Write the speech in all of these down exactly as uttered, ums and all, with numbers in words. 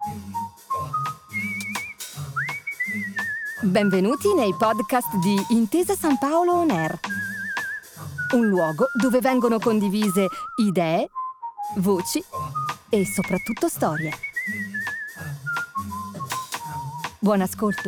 Benvenuti nei podcast di Intesa San Paolo On Air, un luogo dove vengono condivise idee, voci e soprattutto storie. Buon ascolto.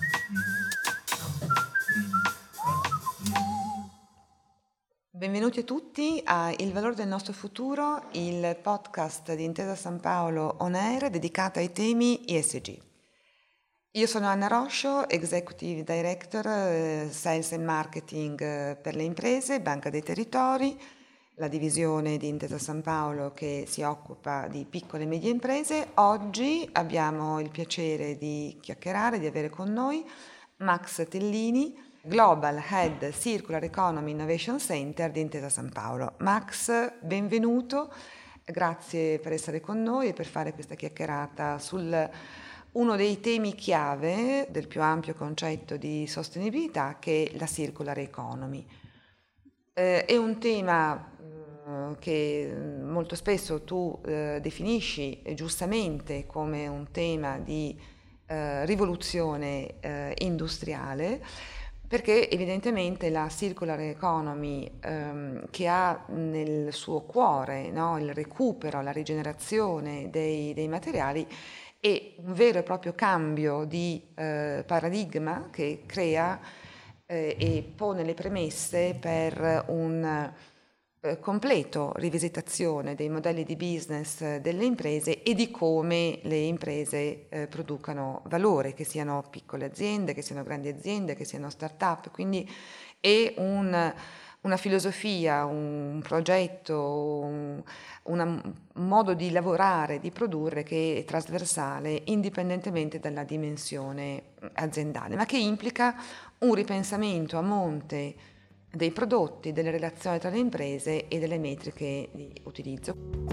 Benvenuti a tutti a Il valore del nostro futuro, il podcast di Intesa San Paolo On Air dedicato ai temi E S G. Io sono Anna Roscio, Executive Director eh, Sales and Marketing eh, per le imprese, Banca dei Territori, la divisione di Intesa San Paolo che si occupa di piccole e medie imprese. Oggi abbiamo il piacere di chiacchierare, di avere con noi Max Tellini, Global Head Circular Economy Innovation Center di Intesa San Paolo. Max, benvenuto, grazie per essere con noi e per fare questa chiacchierata sul uno dei temi chiave del più ampio concetto di sostenibilità, che è la circular economy. Eh, è un tema eh, che molto spesso tu eh, definisci eh, giustamente come un tema di eh, rivoluzione eh, industriale, perché evidentemente la circular economy ehm, che ha nel suo cuore, no, il recupero, la rigenerazione dei, dei materiali, è un vero e proprio cambio di eh, paradigma che crea eh, e pone le premesse per un eh, completo rivisitazione dei modelli di business delle imprese e di come le imprese eh, producano valore, che siano piccole aziende, che siano grandi aziende, che siano start-up. Quindi è un una filosofia, un progetto, un, una, un modo di lavorare, di produrre che è trasversale indipendentemente dalla dimensione aziendale, ma che implica un ripensamento a monte dei prodotti, delle relazioni tra le imprese e delle metriche di utilizzo.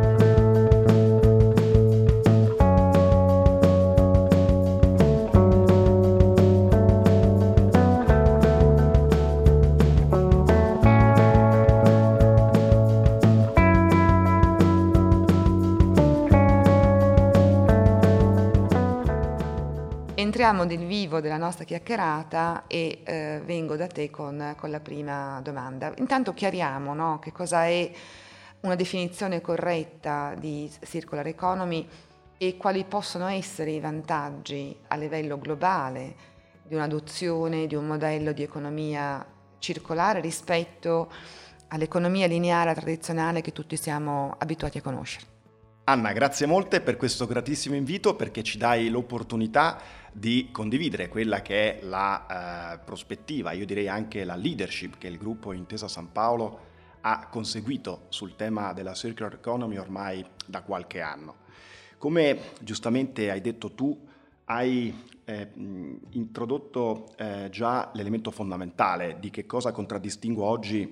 Entriamo nel vivo della nostra chiacchierata e eh, vengo da te con, con la prima domanda. Intanto chiariamo, no, che cosa è una definizione corretta di circular economy e quali possono essere i vantaggi a livello globale di un'adozione di un modello di economia circolare rispetto all'economia lineare tradizionale che tutti siamo abituati a conoscere. Anna, grazie molte per questo gratissimo invito, perché ci dai l'opportunità di condividere quella che è la eh, prospettiva, io direi anche la leadership che il gruppo Intesa San Paolo ha conseguito sul tema della circular economy ormai da qualche anno. Come giustamente hai detto tu, hai eh, introdotto eh, già l'elemento fondamentale di che cosa contraddistingue oggi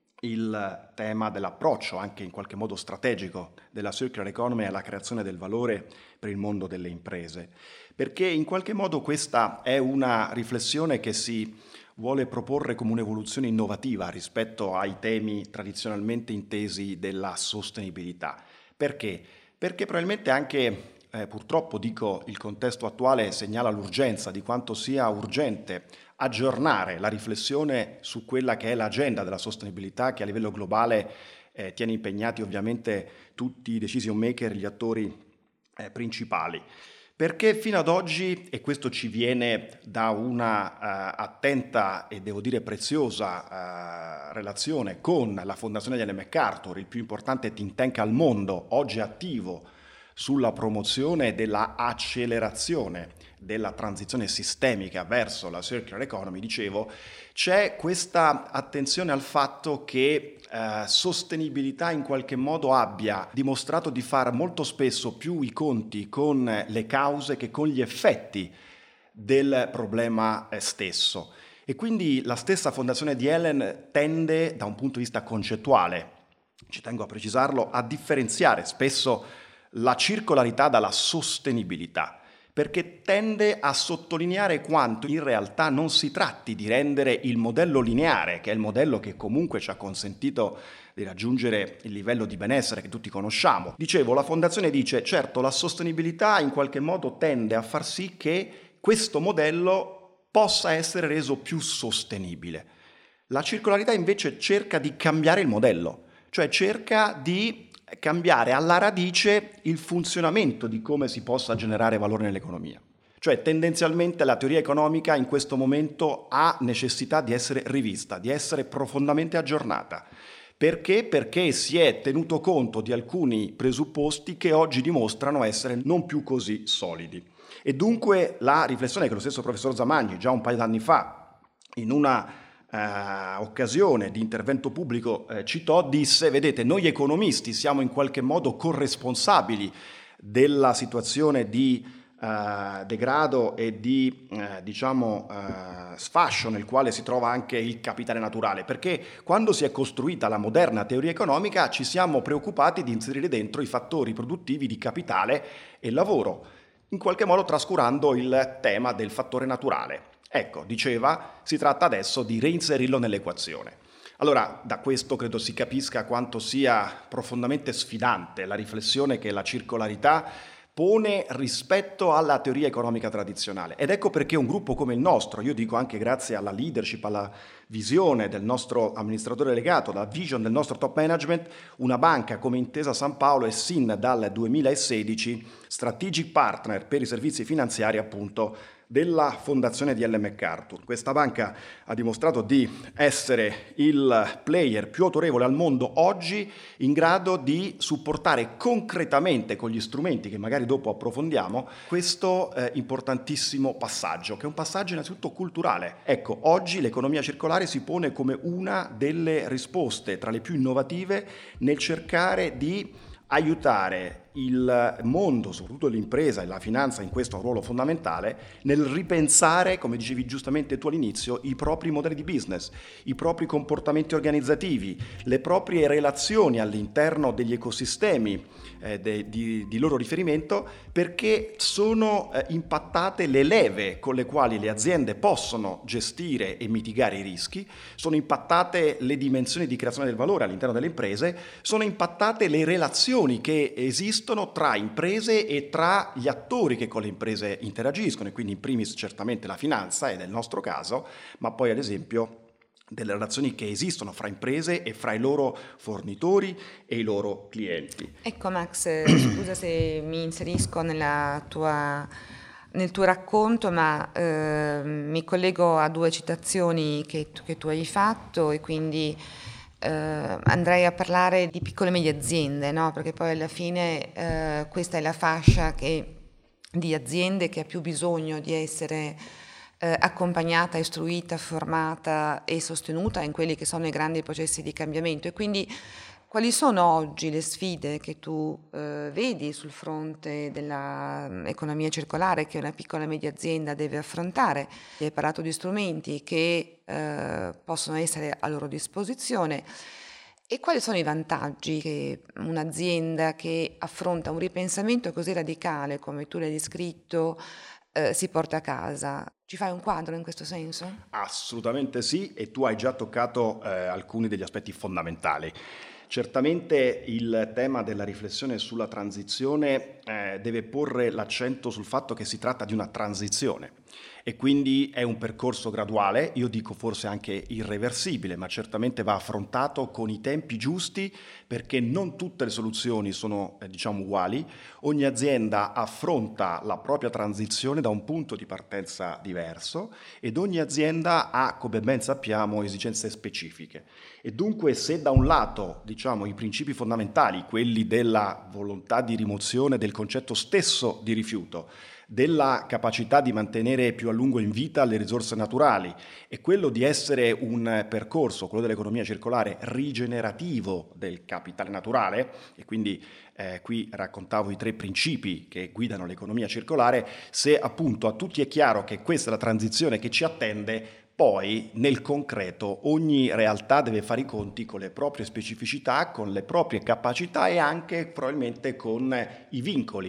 il tema dell'approccio, anche in qualche modo strategico, della circular economy alla creazione del valore per il mondo delle imprese. Perché in qualche modo questa è una riflessione che si vuole proporre come un'evoluzione innovativa rispetto ai temi tradizionalmente intesi della sostenibilità. Perché? Perché probabilmente anche, eh, purtroppo dico, il contesto attuale segnala l'urgenza di quanto sia urgente aggiornare la riflessione su quella che è l'agenda della sostenibilità che a livello globale eh, tiene impegnati ovviamente tutti i decision maker, gli attori eh, principali. Perché fino ad oggi, e questo ci viene da una uh, attenta e devo dire preziosa uh, relazione con la Fondazione Ellen MacArthur, il più importante think tank al mondo, oggi attivo sulla promozione della accelerazione della transizione sistemica verso la circular economy, dicevo, c'è questa attenzione al fatto che eh, sostenibilità in qualche modo abbia dimostrato di far molto spesso più i conti con le cause che con gli effetti del problema stesso. E quindi la stessa fondazione di Ellen tende, da un punto di vista concettuale, ci tengo a precisarlo, a differenziare spesso la circolarità dalla sostenibilità, perché tende a sottolineare quanto in realtà non si tratti di rendere il modello lineare, che è il modello che comunque ci ha consentito di raggiungere il livello di benessere che tutti conosciamo. Dicevo, la fondazione dice, certo, la sostenibilità in qualche modo tende a far sì che questo modello possa essere reso più sostenibile. La circolarità invece cerca di cambiare il modello, cioè cerca di cambiare alla radice il funzionamento di come si possa generare valore nell'economia. Cioè tendenzialmente la teoria economica in questo momento ha necessità di essere rivista, di essere profondamente aggiornata. Perché? Perché si è tenuto conto di alcuni presupposti che oggi dimostrano essere non più così solidi. E dunque la riflessione che lo stesso professor Zamagni già un paio d'anni fa in una Uh, occasione di intervento pubblico uh, citò, disse, vedete, noi economisti siamo in qualche modo corresponsabili della situazione di uh, degrado e di uh, diciamo uh, sfascio nel quale si trova anche il capitale naturale, perché quando si è costruita la moderna teoria economica ci siamo preoccupati di inserire dentro i fattori produttivi di capitale e lavoro, in qualche modo trascurando il tema del fattore naturale. Ecco, diceva, si tratta adesso di reinserirlo nell'equazione. Allora, da questo credo si capisca quanto sia profondamente sfidante la riflessione che la circolarità pone rispetto alla teoria economica tradizionale. Ed ecco perché un gruppo come il nostro, io dico anche grazie alla leadership, alla visione del nostro amministratore delegato, la vision del nostro top management, una banca come Intesa San Paolo è sin dal duemilasedici strategic partner per i servizi finanziari appunto della fondazione di Ellen MacArthur. Questa banca ha dimostrato di essere il player più autorevole al mondo oggi, in grado di supportare concretamente con gli strumenti che magari dopo approfondiamo questo eh, importantissimo passaggio, che è un passaggio innanzitutto culturale. Ecco, oggi l'economia circolare si pone come una delle risposte tra le più innovative nel cercare di aiutare il mondo, soprattutto l'impresa e la finanza in questo ha un ruolo fondamentale, nel ripensare, come dicevi giustamente tu all'inizio, i propri modelli di business, i propri comportamenti organizzativi, le proprie relazioni all'interno degli ecosistemi eh, de, di, di loro riferimento, perché sono eh, impattate le leve con le quali le aziende possono gestire e mitigare i rischi, sono impattate le dimensioni di creazione del valore all'interno delle imprese, sono impattate le relazioni che esistono tra imprese e tra gli attori che con le imprese interagiscono, e quindi in primis certamente la finanza, è nel nostro caso, ma poi ad esempio delle relazioni che esistono fra imprese e fra i loro fornitori e i loro clienti. Ecco Max, scusa se mi inserisco nella tua, nel tuo racconto, ma eh, mi collego a due citazioni che, che tu hai fatto e quindi Uh, andrei a parlare di piccole e medie aziende, no? Perché poi alla fine uh, questa è la fascia che, di aziende che ha più bisogno di essere uh, accompagnata, istruita, formata e sostenuta in quelli che sono i grandi processi di cambiamento. E quindi quali sono oggi le sfide che tu uh, vedi sul fronte dell'economia circolare che una piccola e media azienda deve affrontare? Hai parlato di strumenti che uh, possono essere a loro disposizione, e quali sono i vantaggi che un'azienda che affronta un ripensamento così radicale come tu l'hai descritto uh, si porta a casa? Ci fai un quadro in questo senso? Assolutamente sì, e tu hai già toccato uh, alcuni degli aspetti fondamentali. Certamente il tema della riflessione sulla transizione eh, deve porre l'accento sul fatto che si tratta di una transizione e quindi è un percorso graduale, io dico forse anche irreversibile, ma certamente va affrontato con i tempi giusti, perché non tutte le soluzioni sono eh, diciamo uguali. Ogni azienda affronta la propria transizione da un punto di partenza diverso ed ogni azienda ha, come ben sappiamo, esigenze specifiche. E dunque se da un lato diciamo i principi fondamentali, quelli della volontà di rimozione del concetto stesso di rifiuto, della capacità di mantenere più a lungo in vita le risorse naturali e quello di essere un percorso, quello dell'economia circolare, rigenerativo del capitale naturale, e quindi eh, qui raccontavo i tre principi che guidano l'economia circolare, se appunto a tutti è chiaro che questa è la transizione che ci attende, poi nel concreto ogni realtà deve fare i conti con le proprie specificità, con le proprie capacità e anche probabilmente con i vincoli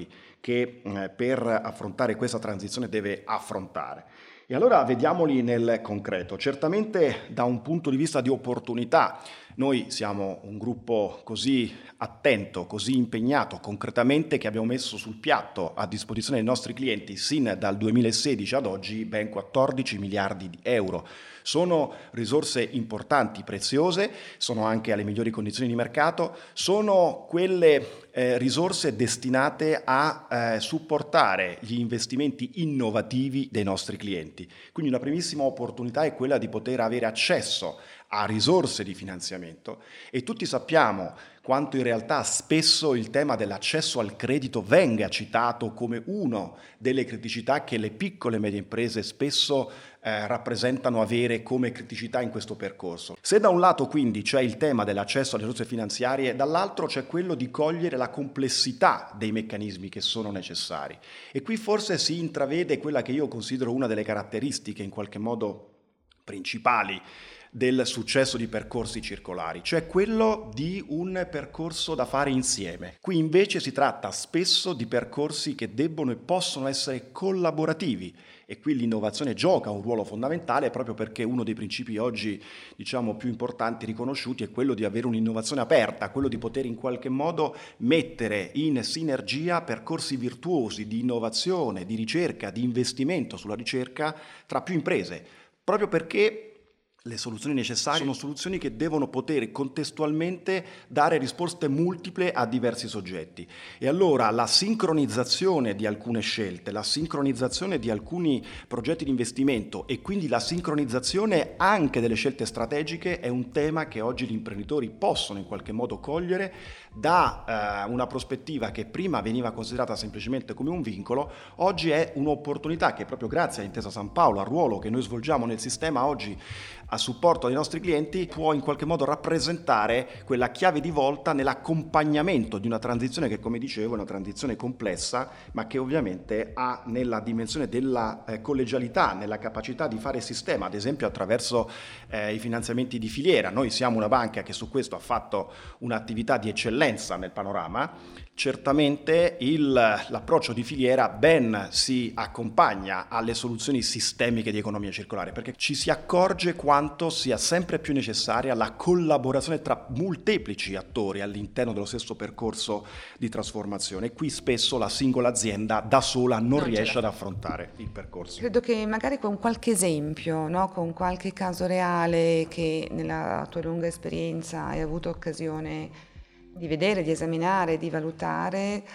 che eh, per affrontare questa transizione deve affrontare. E allora vediamoli nel concreto. Certamente da un punto di vista di opportunità, noi siamo un gruppo così attento, così impegnato concretamente che abbiamo messo sul piatto a disposizione dei nostri clienti sin dal duemilasedici ad oggi ben quattordici miliardi di euro. Sono risorse importanti, preziose, sono anche alle migliori condizioni di mercato, sono quelle eh, risorse destinate a eh, supportare gli investimenti innovativi dei nostri clienti. Quindi una primissima opportunità è quella di poter avere accesso a risorse di finanziamento e tutti sappiamo quanto in realtà spesso il tema dell'accesso al credito venga citato come una delle criticità che le piccole e medie imprese spesso eh, rappresentano avere come criticità in questo percorso. Se da un lato quindi c'è il tema dell'accesso alle risorse finanziarie, dall'altro c'è quello di cogliere la complessità dei meccanismi che sono necessari. E qui forse si intravede quella che io considero una delle caratteristiche in qualche modo principali del successo di percorsi circolari, cioè quello di un percorso da fare insieme. Qui invece si tratta spesso di percorsi che debbono e possono essere collaborativi e qui l'innovazione gioca un ruolo fondamentale proprio perché uno dei principi oggi, diciamo, più importanti riconosciuti è quello di avere un'innovazione aperta, quello di poter in qualche modo mettere in sinergia percorsi virtuosi di innovazione, di ricerca, di investimento sulla ricerca tra più imprese, proprio perché le soluzioni necessarie sono soluzioni che devono poter contestualmente dare risposte multiple a diversi soggetti. E allora la sincronizzazione di alcune scelte, la sincronizzazione di alcuni progetti di investimento e quindi la sincronizzazione anche delle scelte strategiche è un tema che oggi gli imprenditori possono in qualche modo cogliere da eh, una prospettiva che prima veniva considerata semplicemente come un vincolo, oggi è un'opportunità che proprio grazie a Intesa San Paolo, al ruolo che noi svolgiamo nel sistema oggi a supporto dei nostri clienti, può in qualche modo rappresentare quella chiave di volta nell'accompagnamento di una transizione che, come dicevo, è una transizione complessa, ma che ovviamente ha nella dimensione della eh, collegialità, nella capacità di fare sistema, ad esempio attraverso eh, i finanziamenti di filiera. Noi siamo una banca che su questo ha fatto un'attività di eccellenza nel panorama. Certamente il, l'approccio di filiera ben si accompagna alle soluzioni sistemiche di economia circolare, perché ci si accorge quanto sia sempre più necessaria la collaborazione tra molteplici attori all'interno dello stesso percorso di trasformazione. Qui spesso la singola azienda da sola non, non riesce ad affrontare il percorso. Credo che magari con qualche esempio, no? Con qualche caso reale che nella tua lunga esperienza hai avuto occasione di vedere, di esaminare, di valutare,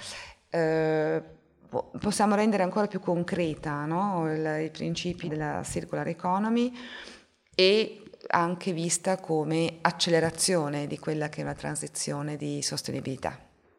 eh, possiamo rendere ancora più concreta, no? Il, i principi della circular economy e anche vista come accelerazione di quella che è una transizione di sostenibilità.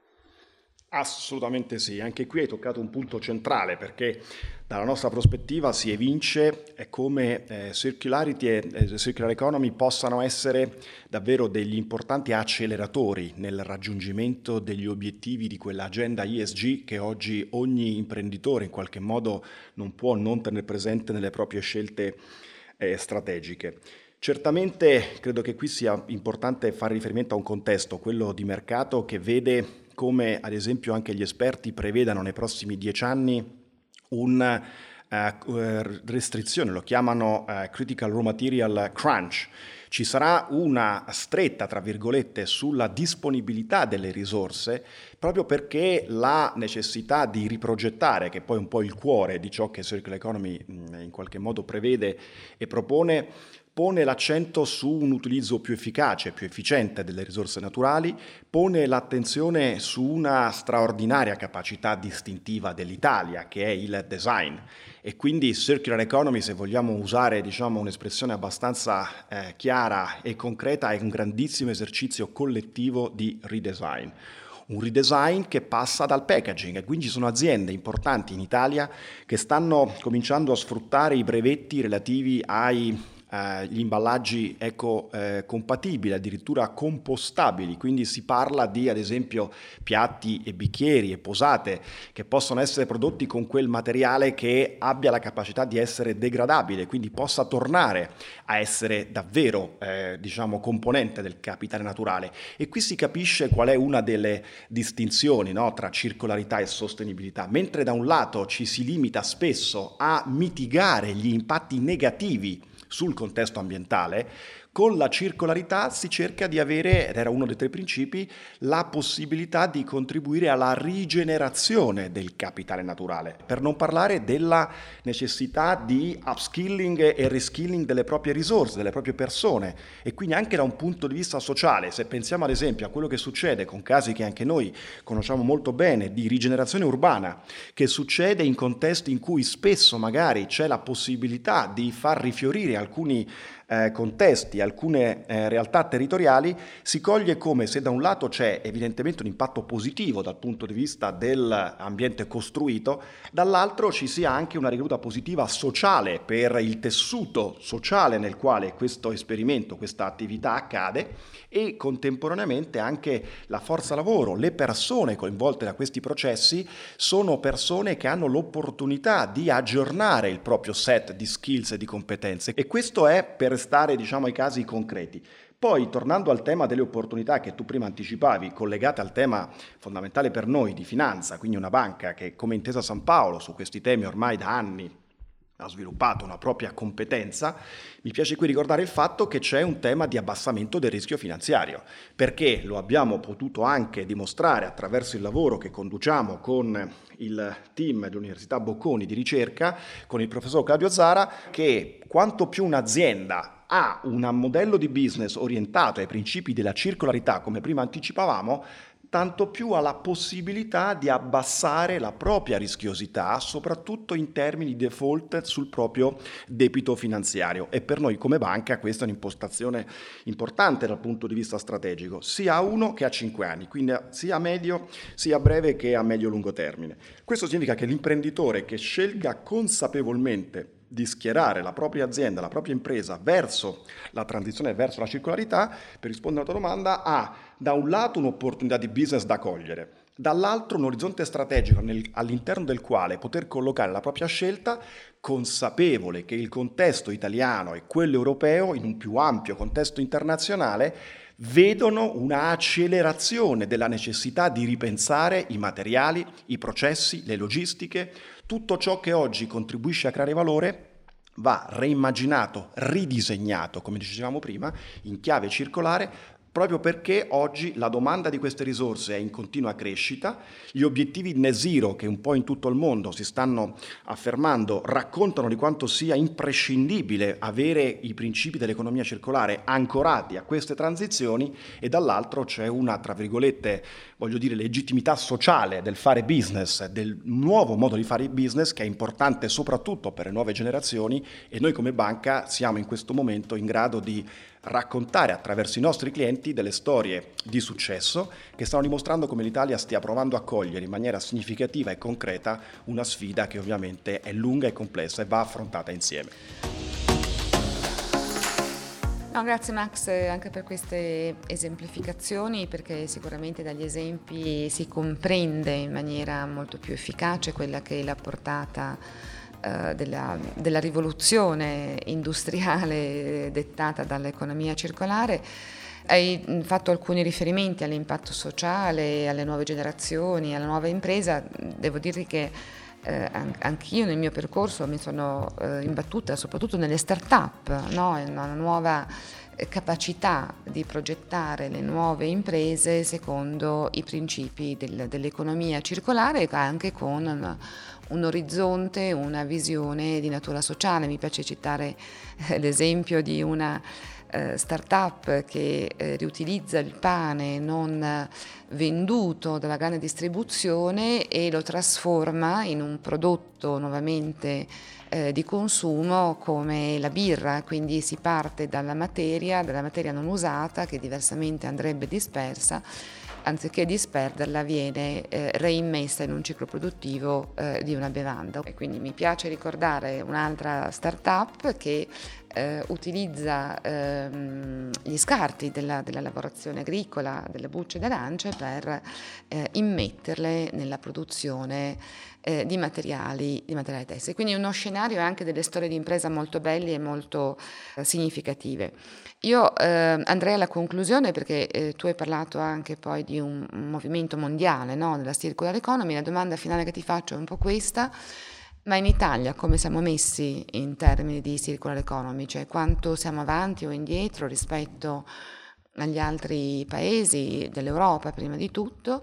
Assolutamente sì, anche qui hai toccato un punto centrale perché dalla nostra prospettiva si evince come eh, circularity e eh, circular economy possano essere davvero degli importanti acceleratori nel raggiungimento degli obiettivi di quell'agenda E S G che oggi ogni imprenditore in qualche modo non può non tenere presente nelle proprie scelte eh, strategiche. Certamente credo che qui sia importante fare riferimento a un contesto, quello di mercato, che vede come ad esempio anche gli esperti prevedano nei prossimi dieci anni una uh, restrizione, lo chiamano uh, critical raw material crunch. Ci sarà una stretta, tra virgolette, sulla disponibilità delle risorse, proprio perché la necessità di riprogettare, che poi è un po' il cuore di ciò che Circular Economy in qualche modo prevede e propone, pone l'accento su un utilizzo più efficace, più efficiente delle risorse naturali, pone l'attenzione su una straordinaria capacità distintiva dell'Italia, che è il design. E quindi Circular Economy, se vogliamo usare diciamo, un'espressione abbastanza eh, chiara e concreta, è un grandissimo esercizio collettivo di redesign. Un redesign che passa dal packaging e quindi ci sono aziende importanti in Italia che stanno cominciando a sfruttare i brevetti relativi ai eh, gli imballaggi eco-compatibili, eh, addirittura compostabili, quindi si parla di ad esempio piatti e bicchieri e posate che possono essere prodotti con quel materiale che abbia la capacità di essere degradabile, quindi possa tornare a essere davvero eh, diciamo componente del capitale naturale. E qui si capisce qual è una delle distinzioni, no, tra circolarità e sostenibilità. Mentre da un lato ci si limita spesso a mitigare gli impatti negativi sul contesto ambientale, con la circolarità si cerca di avere, ed era uno dei tre principi, la possibilità di contribuire alla rigenerazione del capitale naturale, per non parlare della necessità di upskilling e reskilling delle proprie risorse, delle proprie persone, e quindi anche da un punto di vista sociale. Se pensiamo ad esempio a quello che succede con casi che anche noi conosciamo molto bene di rigenerazione urbana, che succede in contesti in cui spesso magari c'è la possibilità di far rifiorire alcuni Eh, contesti, alcune eh, realtà territoriali, si coglie come se da un lato c'è evidentemente un impatto positivo dal punto di vista dell'ambiente costruito, dall'altro ci sia anche una ricaduta positiva sociale per il tessuto sociale nel quale questo esperimento, questa attività accade, e contemporaneamente anche la forza lavoro, le persone coinvolte da questi processi sono persone che hanno l'opportunità di aggiornare il proprio set di skills e di competenze, e questo è per stare diciamo ai casi concreti. Poi, tornando al tema delle opportunità che tu prima anticipavi, collegate al tema fondamentale per noi di finanza, quindi una banca che come Intesa San Paolo su questi temi ormai da anni ha sviluppato una propria competenza, mi piace qui ricordare il fatto che c'è un tema di abbassamento del rischio finanziario, perché lo abbiamo potuto anche dimostrare attraverso il lavoro che conduciamo con il team dell'Università Bocconi di ricerca, con il professor Claudio Zara, che quanto più un'azienda ha un modello di business orientato ai principi della circolarità, come prima anticipavamo, tanto più ha la possibilità di abbassare la propria rischiosità, soprattutto in termini di default sul proprio debito finanziario. E per noi come banca questa è un'impostazione importante dal punto di vista strategico, sia a uno che a cinque anni, quindi sia a medio, sia a breve che a medio-lungo termine. Questo significa che l'imprenditore che scelga consapevolmente di schierare la propria azienda, la propria impresa verso la transizione, verso la circolarità, per rispondere alla tua domanda, ha da un lato un'opportunità di business da cogliere, dall'altro un orizzonte strategico nel, all'interno del quale poter collocare la propria scelta, consapevole che il contesto italiano e quello europeo, in un più ampio contesto internazionale, vedono una accelerazione della necessità di ripensare i materiali, i processi, le logistiche, tutto ciò che oggi contribuisce a creare valore va reimmaginato, ridisegnato, come dicevamo prima, in chiave circolare, proprio perché oggi la domanda di queste risorse è in continua crescita, gli obiettivi net zero che un po' in tutto il mondo si stanno affermando raccontano di quanto sia imprescindibile avere i principi dell'economia circolare ancorati a queste transizioni, e dall'altro c'è una, tra virgolette, voglio dire, legittimità sociale del fare business, del nuovo modo di fare business che è importante soprattutto per le nuove generazioni, e noi come banca siamo in questo momento in grado di raccontare attraverso i nostri clienti delle storie di successo che stanno dimostrando come l'Italia stia provando a cogliere in maniera significativa e concreta una sfida che ovviamente è lunga e complessa e va affrontata insieme. No, grazie Max anche per queste esemplificazioni, perché sicuramente dagli esempi si comprende in maniera molto più efficace quella che è la portata eh, della, della rivoluzione industriale dettata dall'economia circolare. Hai fatto alcuni riferimenti all'impatto sociale, alle nuove generazioni, alla nuova impresa. Devo dire che Eh, anch'io nel mio percorso mi sono eh, imbattuta soprattutto nelle start-up, no? Una nuova eh, capacità di progettare le nuove imprese secondo i principi del, dell'economia circolare, anche con un, un orizzonte, una visione di natura sociale. Mi piace citare eh, l'esempio di una eh, start-up che eh, riutilizza il pane non eh, venduto dalla grande distribuzione e lo trasforma in un prodotto nuovamente eh, di consumo come la birra, quindi si parte dalla materia, dalla materia non usata che diversamente andrebbe dispersa, anziché disperderla viene eh, reimmessa in un ciclo produttivo eh, di una bevanda. E quindi mi piace ricordare un'altra startup che eh, utilizza ehm, gli scarti della, della lavorazione agricola, delle bucce d'arance, per eh, immetterle nella produzione eh, di materiali, di materiali tessili. Quindi uno scenario e anche delle storie di impresa molto belle e molto eh, significative. Io eh, andrei alla conclusione perché eh, tu hai parlato anche poi di un, un movimento mondiale, no? Della circular economy. La domanda finale che ti faccio è un po' questa: ma in Italia come siamo messi in termini di circular economy? Cioè quanto siamo avanti o indietro rispetto agli altri paesi dell'Europa prima di tutto,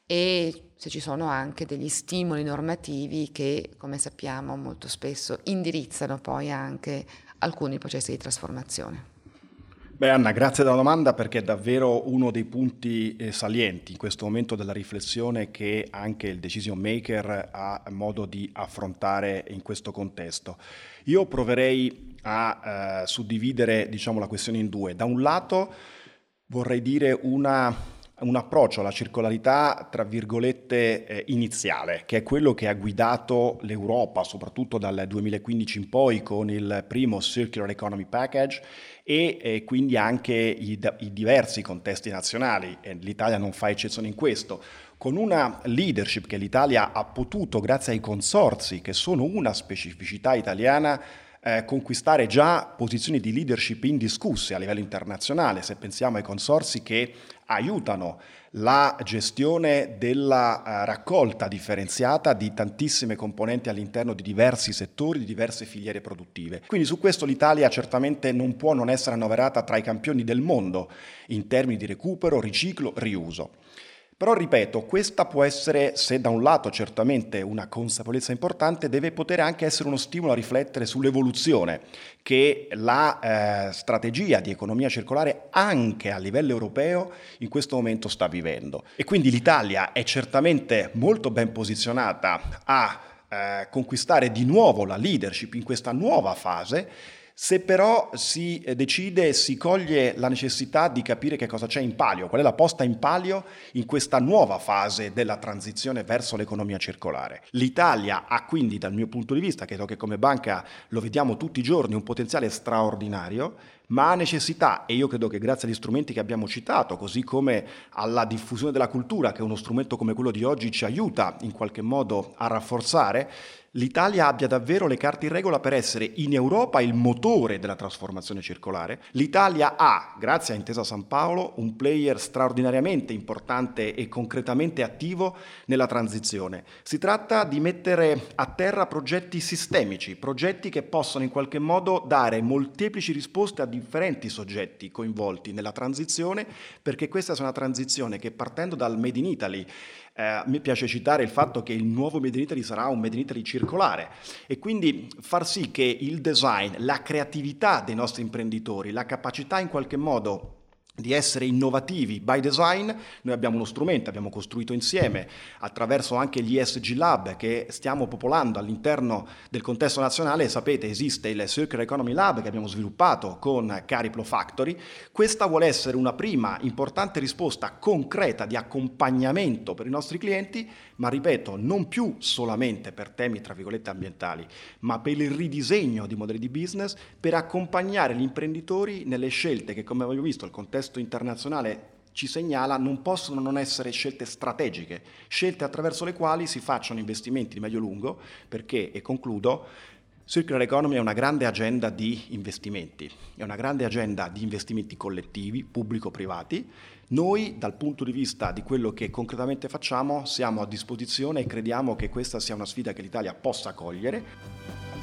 e se ci sono anche degli stimoli normativi che, come sappiamo, molto spesso indirizzano poi anche alcuni processi di trasformazione. Beh, Anna, grazie della domanda, perché è davvero uno dei punti eh, salienti in questo momento della riflessione che anche il decision maker ha modo di affrontare in questo contesto. Io proverei a eh, suddividere, diciamo, la questione in due. Da un lato vorrei dire una un approccio alla circolarità, tra virgolette, eh, iniziale, che è quello che ha guidato l'Europa, soprattutto dal duemilaquindici in poi, con il primo Circular Economy Package e eh, quindi anche i, i diversi contesti nazionali, e l'Italia non fa eccezione in questo, con una leadership che l'Italia ha potuto, grazie ai consorzi, che sono una specificità italiana, Eh, conquistare già posizioni di leadership indiscusse a livello internazionale, se pensiamo ai consorzi che aiutano la gestione della uh, raccolta differenziata di tantissime componenti all'interno di diversi settori, di diverse filiere produttive. Quindi su questo l'Italia certamente non può non essere annoverata tra i campioni del mondo in termini di recupero, riciclo, riuso. Però ripeto, questa può essere, se da un lato certamente una consapevolezza importante, deve poter anche essere uno stimolo a riflettere sull'evoluzione che la eh, strategia di economia circolare anche a livello europeo in questo momento sta vivendo. E quindi l'Italia è certamente molto ben posizionata a eh, conquistare di nuovo la leadership in questa nuova fase. Se però si decide e si coglie la necessità di capire che cosa c'è in palio, qual è la posta in palio in questa nuova fase della transizione verso l'economia circolare. L'Italia ha quindi, dal mio punto di vista, credo che come banca lo vediamo tutti i giorni, un potenziale straordinario, ma ha necessità, e io credo che grazie agli strumenti che abbiamo citato, così come alla diffusione della cultura, che uno strumento come quello di oggi ci aiuta in qualche modo a rafforzare, l'Italia abbia davvero le carte in regola per essere in Europa il motore della trasformazione circolare. L'Italia ha, grazie a Intesa San Paolo, un player straordinariamente importante e concretamente attivo nella transizione. Si tratta di mettere a terra progetti sistemici, progetti che possono in qualche modo dare molteplici risposte a differenti soggetti coinvolti nella transizione, perché questa è una transizione che, partendo dal Made in Italy, Eh, a me piace citare il fatto che il nuovo Made in Italy sarà un Made in Italy circolare, e quindi far sì che il design, la creatività dei nostri imprenditori, la capacità in qualche modo di essere innovativi by design. Noi abbiamo uno strumento, abbiamo costruito insieme attraverso anche gli E S G Lab che stiamo popolando all'interno del contesto nazionale. Sapete, esiste il Circular Economy Lab che abbiamo sviluppato con Cariplo Factory. Questa vuole essere una prima importante risposta concreta di accompagnamento per i nostri clienti, ma ripeto, non più solamente per temi tra virgolette ambientali, ma per il ridisegno di modelli di business, per accompagnare gli imprenditori nelle scelte che, come abbiamo visto, il contesto internazionale ci segnala, non possono non essere scelte strategiche, scelte attraverso le quali si facciano investimenti di medio-lungo, perché, e concludo, Circular Economy è una grande agenda di investimenti, è una grande agenda di investimenti collettivi, pubblico-privati. Noi, dal punto di vista di quello che concretamente facciamo, siamo a disposizione e crediamo che questa sia una sfida che l'Italia possa cogliere.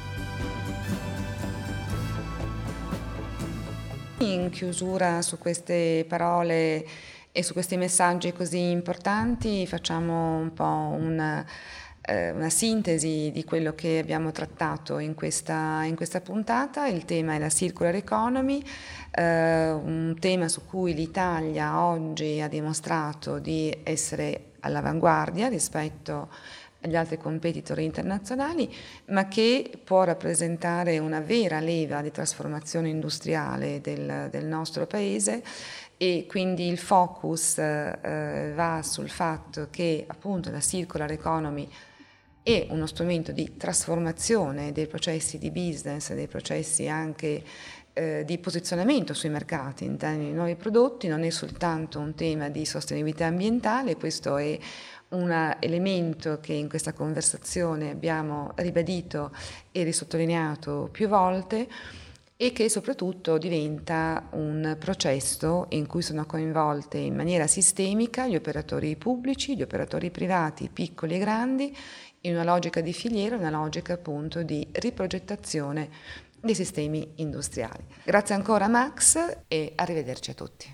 In chiusura, su queste parole e su questi messaggi così importanti, facciamo un po' una, eh, una sintesi di quello che abbiamo trattato in questa, in questa puntata. Il tema è la Circular Economy, eh, un tema su cui l'Italia oggi ha dimostrato di essere all'avanguardia rispetto agli altri competitor internazionali, ma che può rappresentare una vera leva di trasformazione industriale del, del nostro paese e quindi il focus eh, va sul fatto che appunto la circular economy è uno strumento di trasformazione dei processi di business, dei processi anche eh, di posizionamento sui mercati in termini di nuovi prodotti, non è soltanto un tema di sostenibilità ambientale, questo è un elemento che in questa conversazione abbiamo ribadito e risottolineato più volte e che soprattutto diventa un processo in cui sono coinvolte in maniera sistemica gli operatori pubblici, gli operatori privati, piccoli e grandi, in una logica di filiera, una logica appunto di riprogettazione dei sistemi industriali. Grazie ancora Max e arrivederci a tutti.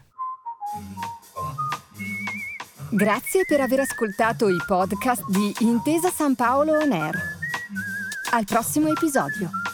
Grazie per aver ascoltato i podcast di Intesa San Paolo On Air. Al prossimo episodio.